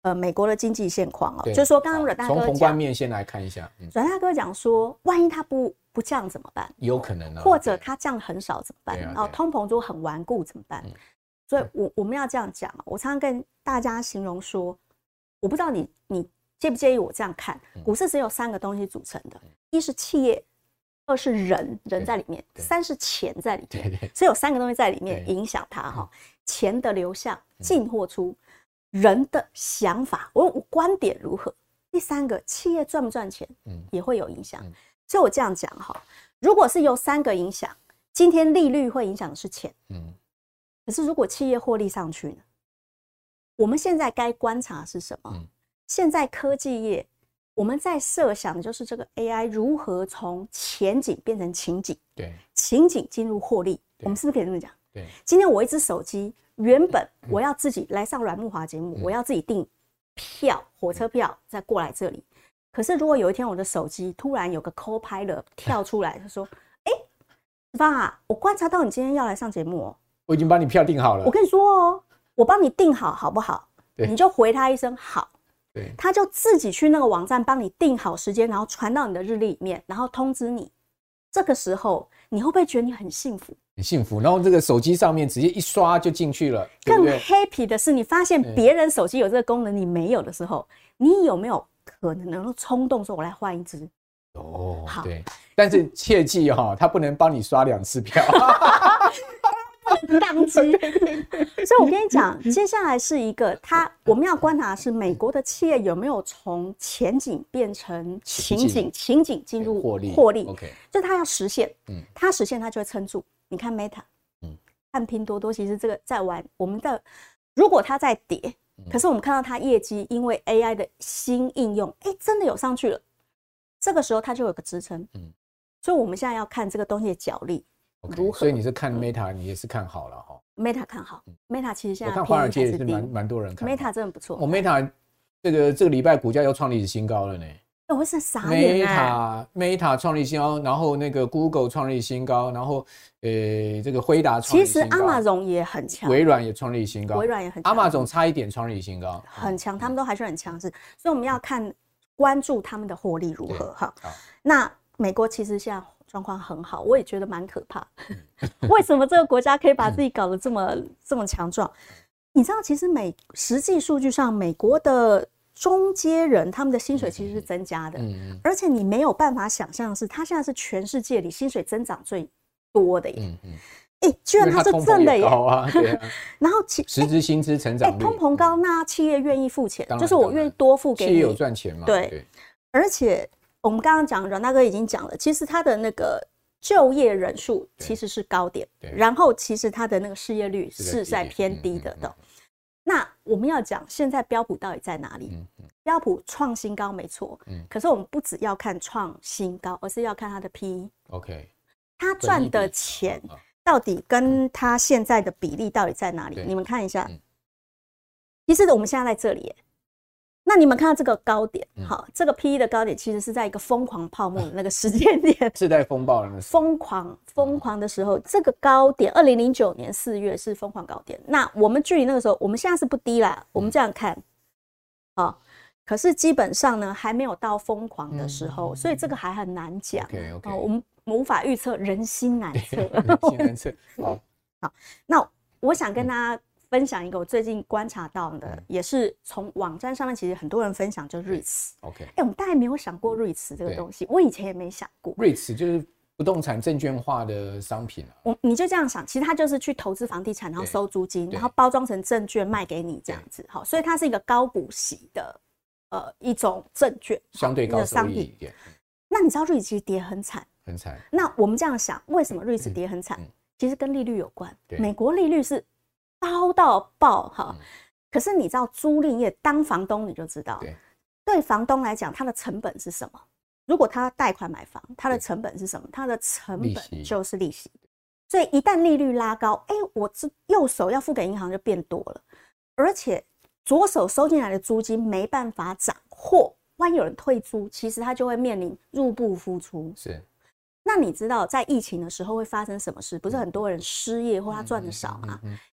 呃美国的经济现况哦，就是说刚刚阮大哥从宏观面先来看一下， 阮、嗯、大哥讲说，万一他不不降怎么办？ 有可能啊， 或者他降很少怎么办？然后、啊、通膨就很顽固怎么办？嗯、所以我我们要这样讲，我常常跟大家形容说，我不知道你你介不介意我这样看，股市只有三个东西组成的，一是企业。二是人，人在里面；三是钱在里面，所以有三个东西在里面影响它哈。钱的流向、进货出，人的想法，我我观点如何？第三个，企业赚不赚钱，也会有影响。所以我这样讲哈，如果是由三个影响，今天利率会影响的是钱，嗯，可是如果企业获利上去呢？我们现在该观察的是什么？嗯、现在科技业。我们在设想的就是这个 A I 如何从前景变成情景，对，情景进入获利，我们是不是可以这么讲？对，今天我一只手机，原本我要自己来上阮慕华节目，嗯、我要自己订票，火车票再过来这里。可是如果有一天我的手机突然有个 Co-Pilot 跳出来，他说：“哎，子芳啊，我观察到你今天要来上节目哦， 我已经帮你票订好了。 我跟你说哦，我帮你订好，好不好？你就回他一声好。”他就自己去那个网站帮你定好时间，然后传到你的日历里面，然后通知你。这个时候，你会不会觉得你很幸福？ 很幸福。然后这个手机上面直接一刷就进去了。 更 happy 的是，你发现别人手机有这个功能，你没有的时候，你有没有可能能够冲动说：“我来换一支？” 哦，好，对。但是切记哈、哦，他不能帮你刷两次票。 宕机，所以我跟你讲，接下来是一个他我们要观察的是美国的企业有没有从前景变成情景，情景进入获利，获利， okay. 就他要实现，嗯，他实现他就会撑住。你看 Meta， 嗯，看拼多多，其实这个在玩我们的，如果它在跌，可是我们看到它业绩因为 A I 的新应用，哎、欸，真的有上去了，这个时候它就有个支撑，嗯，所以我们现在要看这个东西的角力。 Okay, 如何？所以你是看 Meta，、嗯、你也是看好了哈。 Meta 看好、嗯、，Meta 其实现在我看华尔街也是蛮蛮多人看 Meta 真的不错。 我、哦、Meta 这个这个礼拜股价又创历史新高了呢。 我会是傻眼哎。Meta Meta 创历史新高，然后那个 Google 创历史新高，然后呃这个辉达创历史新高。 其实 Amazon 也很强， 微软也创历史新高， 微软也很强。 Amazon 差一点创历史新高， 很强，他们都还是很强势，所以我们要看关注他们的获利如何哈。那美国其实现在状况很好，我也觉得蛮可怕。为什么这个国家可以把自己搞得这么这么强壮？你知道，其实美实际数据上，美国的中阶人他们的薪水其实是增加的，嗯、而且你没有办法想象的是，他现在是全世界里薪水增长最多的耶。嗯嗯哎、欸，居然他是正的耶！ 啊啊、 然后其实质薪资成长率， 欸、通膨高，那企业愿意付钱，就是我愿意多付给你。 企业有赚钱嘛？ 对，对而且。我们刚刚讲，阮大哥已经讲了，其实他的那个就业人数其实是高点，然后其实他的那个失业率是在偏低的。嗯嗯嗯、那我们要讲，现在标普到底在哪里？嗯嗯、标普创新高没错，嗯、可是我们不只要看创新高，而是要看它的 P E。OK， 他赚的钱到底跟他现在的比例到底在哪里？你们看一下，嗯、其实我们现在在这里耶。那你们看到这个高点，好，这个 P E 的高点其实是在一个疯狂泡沫的那个时间点， 次贷风暴的那疯狂疯狂的时候，这个高点，二零零九年四月是疯狂高点。那我们距离那个时候，我们现在是不低啦，我们这样看，好，可是基本上呢，还没有到疯狂的时候，所以这个还很难讲。 OK OK， 我们无法预测，人心难测， 人心难测。好， 好，那我想跟大家。分享一个我最近观察到的，嗯、也是从网站上面，其实很多人分享，就是 REITs。OK， 哎、欸，我们大概没有想过 REITs 这个东西，我以前也没想过。 REITs 就是不动产证券化的商品啊。 我你就这样想，其实它就是去投资房地产，然后收租金，然后包装成证券卖给你这样子。好，所以它是一个高股息的呃一种证券， 相对高收益一点。 那你知道 REITs 其实跌很惨， 很惨。 那我们这样想，为什么 REITs 跌很惨？嗯嗯、其实跟利率有关。美国利率是。高到爆哈，可是你知道租赁业当房东你就知道，对，对房东来讲，他的成本是什么？如果他贷款买房，他的成本是什么？他的成本就是利息。所以一旦利率拉高，哎、欸，我这右手要付给银行就变多了，而且左手收进来的租金没办法涨，或万一有人退租，其实他就会面临入不敷出。 是。 那你知道在疫情的时候会发生什么事？不是很多人失业或他赚的少吗？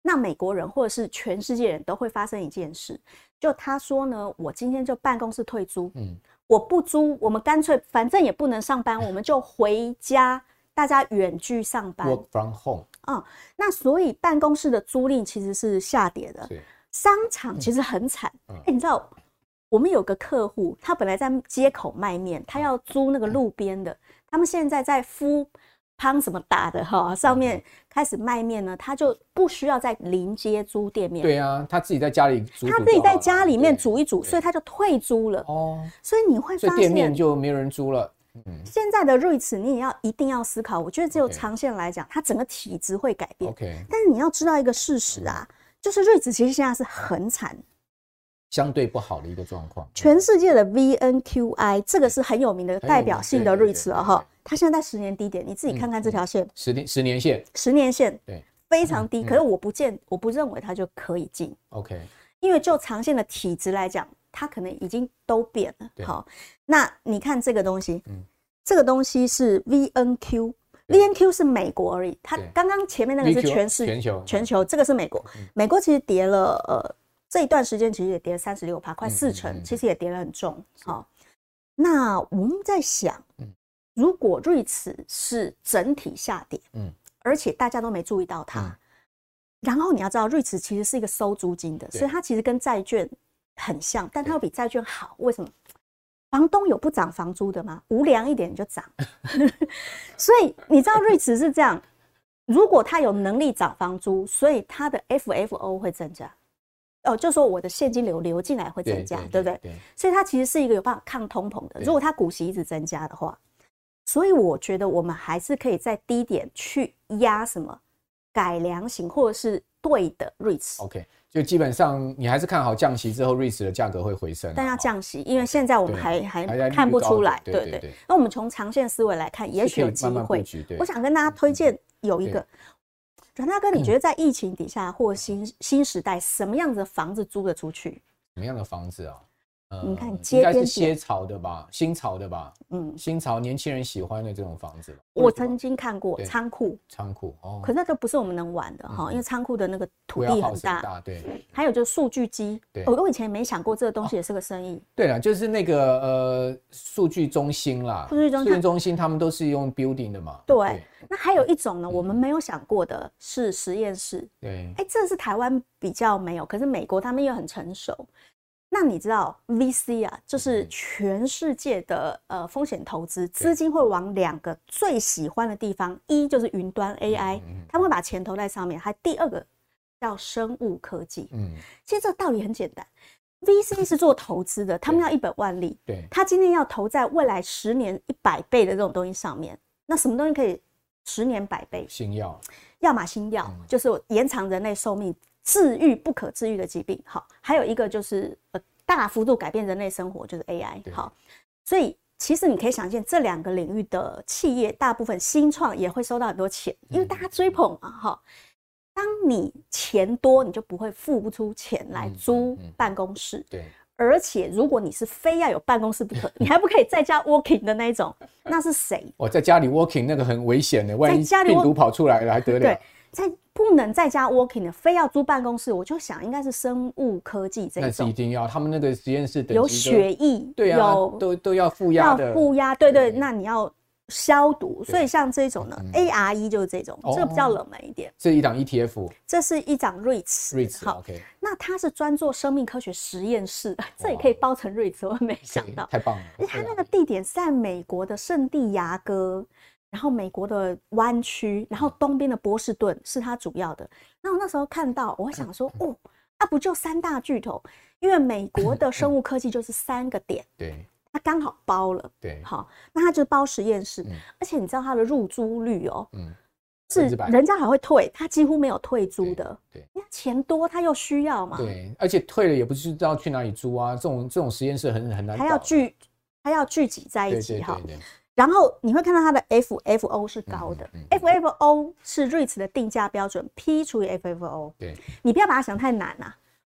那美国人或者是全世界人都会发生一件事，就他说呢，我今天就办公室退租，嗯，我不租，我们干脆反正也不能上班，我们就回家，大家远距上班 ，work from home。 嗯，那所以办公室的租赁其实是下跌的，商场其实很惨。哎、嗯欸，你知道我们有个客户，他本来在街口卖面，他要租那个路边的，他们现在在敷汤什么打的哈，上面开始卖面呢，他就不需要在临街租店面。 对啊，他自己在家里煮煮， 他自己在家里面煮一煮，所以他就退租了。哦，所以你会发现， 所以店面就没有人租了。 嗯、现在的瑞慈，你也要一定要思考。我觉得只有长线来讲， okay. 它整个体质会改变。 Okay. 但是你要知道一个事实啊，嗯、就是瑞慈其实现在是很惨。 相对不好的一个状况， 全世界的 V N Q I 这个是很有名的代表性的瑞慈了哈，它现在在十年低点，你自己看看这条线， 十年十年线， 十年线， 对， 非常低。可是我不见，我不认为它就可以进 ，OK， 因为就长线的体质来讲，它可能已经都变了。好，那你看这个东西，嗯，这个东西是 V N Q。V N Q 是美国而已，它刚刚前面那个是全世全球， 全球这个是美国，美国其实跌了呃。这一段时间其实也跌了三十六趴，快四成，嗯嗯嗯，其实也跌了很重。好，那我们在想，嗯、如果瑞慈是整体下跌，嗯，而且大家都没注意到它，嗯、然后你要知道，瑞慈其实是一个收租金的，所以它其实跟债券很像，但它会比债券好。为什么？房东有不涨房租的吗？无良一点你就涨。所以你知道瑞慈是这样，如果它有能力涨房租，所以它的 F F O 会增加。哦，就说我的现金流流进来会增加， 对, 对, 对, 对不对？对，所以它其实是一个有办法抗通膨的。如果它股息一直增加的话，所以我觉得我们还是可以在低点去压什么改良型或者是对的瑞慈。 OK， 就基本上你还是看好降息之后瑞慈的价格会回升， 但要降息，因为现在我们还还看不出来。对对 对, 对。那我们从长线思维来看，也许有机会。慢慢我想跟大家推荐有一个。阮大哥，你觉得在疫情底下或新新时代，什么样子的房子租得出去？ 什么样的房子啊？ 呃、你看街边应该是歇潮的吧，新潮的吧？嗯，新潮年轻人喜欢的这种房子。 我曾经看过仓库， 仓库哦， 可是那个不是我们能玩的哈、嗯，因为仓库的那个土地很大， 大对。 还有就是数据机，对，我以前没想过这个东西也是个生意。 哦、对了，就是那个呃数据中心啦， 数据中心， 数据中心他们都是用 building 的嘛。 对，对那还有一种呢，我们没有想过的是实验室。 对， 哎，这是台湾比较没有，可是美国他们又很成熟。那你知道 V C 啊，就是全世界的呃风险投资资金会往两个最喜欢的地方，一就是云端 A I， 他们会把钱投在上面，还第二个叫生物科技。嗯，其实这个道理很简单 ，V C 是做投资的，他们要一本万利， 对， 他今天要投在未来十年一百倍的这种东西上面，那什么东西可以十年百倍？ 新药， 要么新药，嗯、就是延长人类寿命。治愈不可治愈的疾病，好，还有一个就是呃大幅度改变人类生活，就是 A I， 好，所以其实你可以想见这两个领域的企业，大部分新创也会收到很多钱，因为大家追捧嘛，哈。当你钱多，你就不会付不出钱来租办公室，嗯嗯、对。而且如果你是非要有办公室不可，你还不可以在家 working 的那一种，那是谁？ 我在家里 working 那个很危险的，万一病毒跑出来了还得了？ 对。在不能在家 working 的，非要租办公室，我就想应该是生物科技这一种。 那是一定要，他们那个实验室等级有血液， 对啊，有都都要负压的， 要负压，对 对, 对。那你要消毒，所以像这种呢、嗯、，A R E 就是这种，这个比较冷门一点。 这一档 E T F， 这是一档瑞慈， 瑞慈 OK。那它是专做生命科学实验室，这也可以包成瑞慈，我没想到， 太棒了。 而且它那个地点是在美国的圣地牙哥。然后美国的湾区，然后东边的波士顿是它主要的。那我那时候看到，我会想说，哦，那、啊、不就三大巨头？因为美国的生物科技就是三个点， 对， 它刚好包了， 对， 好，那它就包实验室，嗯、而且你知道它的入租率哦， 嗯， 是人家还会退，它几乎没有退租的，对，因为钱多，他又需要嘛， 对，而且退了也不知道去哪里租啊，这种这种实验室很很难， 还要聚，还要聚集在一起哈。 对对对对然后你会看到它的 F F O 是高的、嗯嗯、，F F O 是瑞慈的定价标准 ，P 除以 F F O。对，你不要把它想太难啊。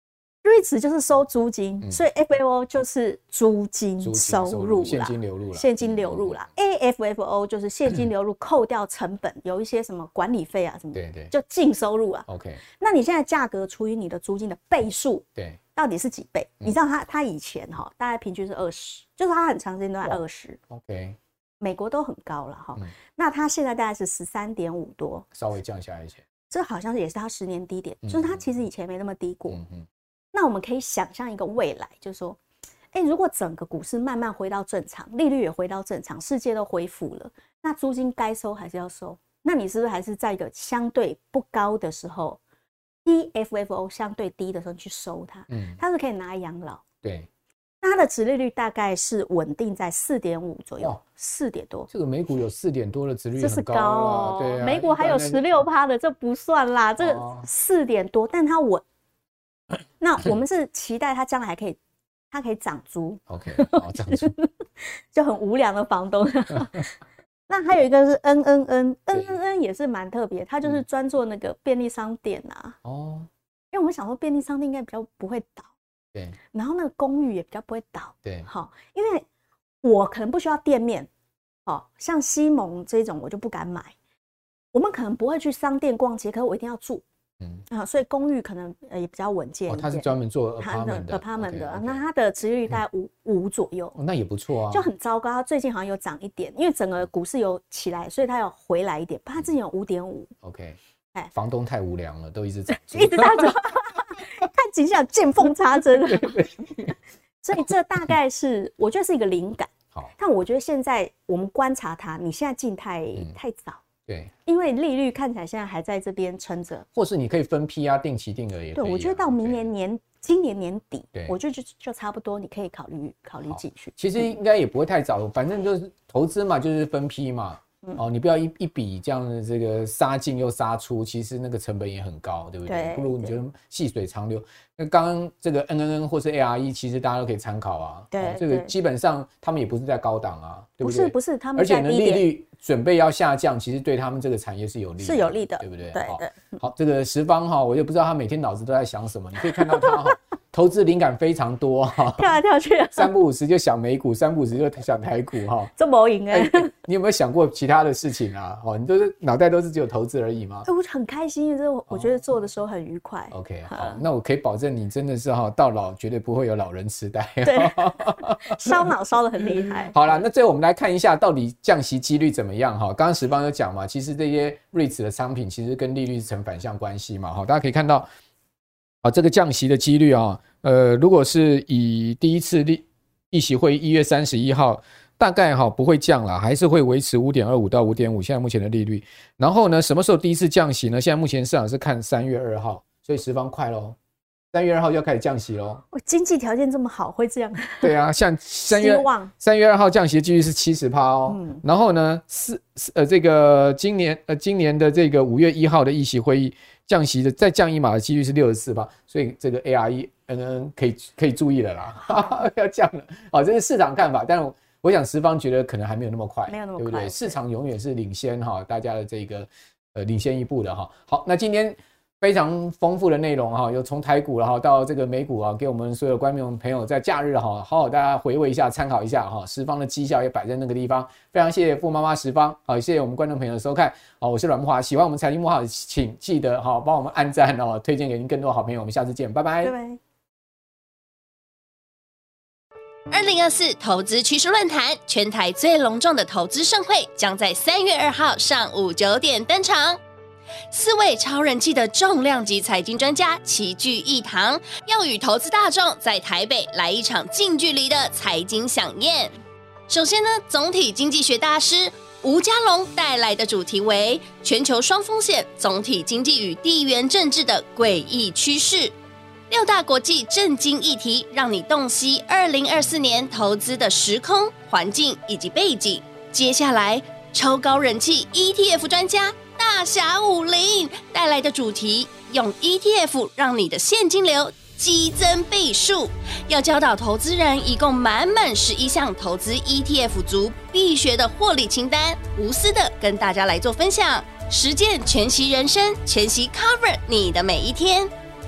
REITs 就是收租金，嗯、所以 F F O 就是租金收入啦， 现金流入啦， 现金流入啦。嗯、A F F O 就是现金流入扣掉成本，有一些什么管理费啊什么， 对对， 就净收入啊。 OK， 那你现在价格除以你的租金的倍数， 对， 到底是几倍？嗯、你知道它它以前哈，大概平均是二十，就是它很长时间都在二十。 OK， 美国都很高了哈，嗯、那它现在大概是十三点五多， 稍微降下来一些。 这好像也是它十年低点，嗯、就是它其实以前没那么低过。嗯嗯，那我们可以想象一个未来，就是说，哎，如果整个股市慢慢回到正常，利率也回到正常，世界都恢复了，那租金该收还是要收？那你是不是还是在一个相对不高的时候，低 F F O 相对低的时候去收它？嗯，它是可以拿来养老。 对。 那它的殖利率大概是稳定在四点五左右，四点多。 这个美股有四点多的殖利率， 这是高哦。 对啊， 美股还有十六趴的，这不算啦。这个四点多，但它稳。那我们是期待它将来还可以，它可以涨租。 OK， 好，涨租就很无良的房东。那还有一个是 N N N，N N N 也是蛮特别，它就是专做那个便利商店啊。哦，因为我们想说便利商店应该比较不会倒。 对， 然后那个公寓也比较不会倒。 对， 好，因为我可能不需要店面，好，像西蒙这种我就不敢买。我们可能不会去商店逛街，可是我一定要住，嗯啊，所以公寓可能也比较稳健一点。 哦，它是专门做 apartment 的 ，apartment 的， okay, okay. 那它的殖利率大概五五左右， 哦，那也不错啊， 就很糟糕。它最近好像有涨一点，因为整个股市有起来，所以它有回来一点。它之前有五点五 ，OK， 哎，房东太无良了，都一直涨， 一直涨。看景象见缝插针，所以这大概是我觉得是一个灵感。好，但我觉得现在我们观察它，你现在进太、嗯、太早， 对， 因为利率看起来现在还在这边撑着， 或是你可以分批啊，定期定额也可以、啊。 对，我觉得到明年年今年年底，我觉得就就差不多，你可以考虑考虑进去。 其实应该也不会太早，反正就是投资嘛，就是分批嘛。哦，你不要一一笔这样的这个杀进又杀出，其实那个成本也很高，对不对？对，不如你觉得细水长流。那刚刚这个 N N N 或是 A R E， 其实大家都可以参考啊。 对， 哦，这个基本上他们也不是在高档啊，对不对？ 不是不是，他们而且呢，利率准备要下降，其实对他们这个产业是有利的， 是有利的， 对不对？ 对对。 好，这个十方哈，我也不知道他每天脑子都在想什么，你可以看到他哈。投资灵感非常多哈， 跳来跳去， 三不五时就想美股，三不五时就想台股哈， 这没赢哎！ 你有没有想过其他的事情啊？哦，你都是脑袋都是只有投资而已吗？ 我很开心，因为我我觉得做的时候很愉快。 哦、OK， 好，那我可以保证你真的是哈，到老绝对不会有老人痴呆。 对，烧脑烧得很厉害。 好啦，那最后我们来看一下到底降息几率怎么样哈？刚刚十方有讲嘛，其实这些 REITs 的商品其实跟利率是成反向关系嘛，哈，大家可以看到。啊，这个降息的几率啊，呃，如果是以第一次利议息会一月三十一号，大概哈不会降啦，还是会维持 五点二五 到 五点五 现在目前的利率。然后呢，什么时候第一次降息呢？现在目前市场是看三月二号，所以十方快咯，三月二号就要开始降息咯。 我经济条件这么好，会这样？ 对啊，像三月三月二号降息的几率是 百分之七十 哦。嗯，然后呢，是呃这个今年呃今年的这个五月一号的议息会议。降息的再降一码的几率是 百分之六十四， 所以这个 A R E N N 可以可以注意了啦，要降了。好，这是市场看法，但我我想十方觉得可能还没有那么快， 没有那么快， 对不对？市场永远是领先哈，大家的这个呃领先一步的哈。好，那今天非常丰富的内容哈，有从台股然后到这个美股啊，给我们所有观众朋友在假日哈，好好大家回味一下，参考一下哈。十方的绩效也摆在那个地方，非常谢谢傅妈妈十方，好，谢谢我们观众朋友的收看，好，我是阮慕骅，喜欢我们财经慕骅，请记得哈帮我们按赞哦，推荐给您更多好朋友，我们下次见，拜拜。 拜拜。 二零二四投资趋势论坛，全台最隆重的投资盛会将在三月二号上午九点登场。四位超人气的重量级财经专家齐聚一堂，要与投资大众在台北来一场近距离的财经飨宴。首先呢，总体经济学大师吴家龙带来的主题为全球双风险、总体经济与地缘政治的诡异趋势。六大国际政经议题，让你洞悉二零二四年投资的时空、环境以及背景。接下来，超高人气 E T F 专家大侠武林带来的主题，用 E T F 让你的现金流激增倍数。要教导投资人一共满满十一项投资 E T F 族必学的获利清单，无私的跟大家来做分享，实践全息人生，全息 cover 你的每一天。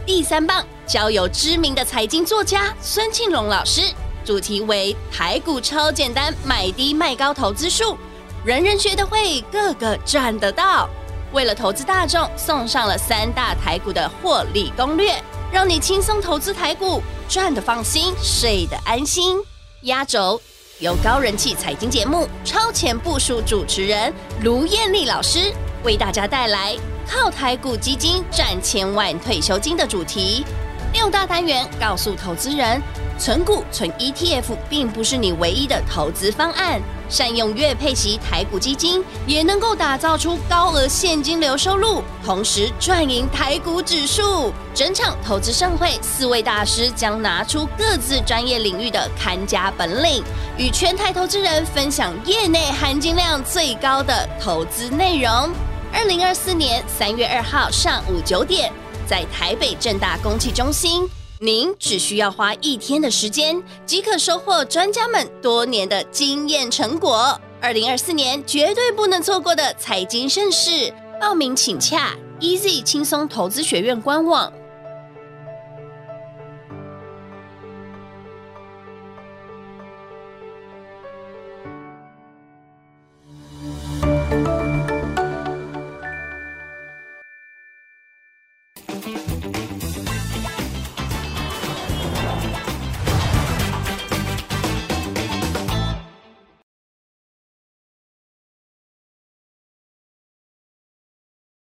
第三棒交由知名的财经作家孙庆龙老师，主题为台股超简单，买低卖高投资术，人人学得会，个个赚得到。为了投资大众，送上了三大台股的获利攻略，让你轻松投资台股，赚得放心，睡得安心。压轴由高人气财经节目《超前部署》主持人卢燕丽老师为大家带来靠台股基金赚千万退休金的主题。六大单元告诉投资人，存股、存 E T F 并不是你唯一的投资方案，善用月配息台股基金，也能够打造出高额现金流收入，同时赚赢台股指数。整场投资盛会，四位大师将拿出各自专业领域的看家本领，与全台投资人分享业内含金量最高的投资内容。二零二四年三月二号上午九点，在台北政大公企中心，您只需要花一天的时间，即可收获专家们多年的经验成果。二零二四年绝对不能错过的财经盛事，报名请洽 Easy 轻松投资学院官网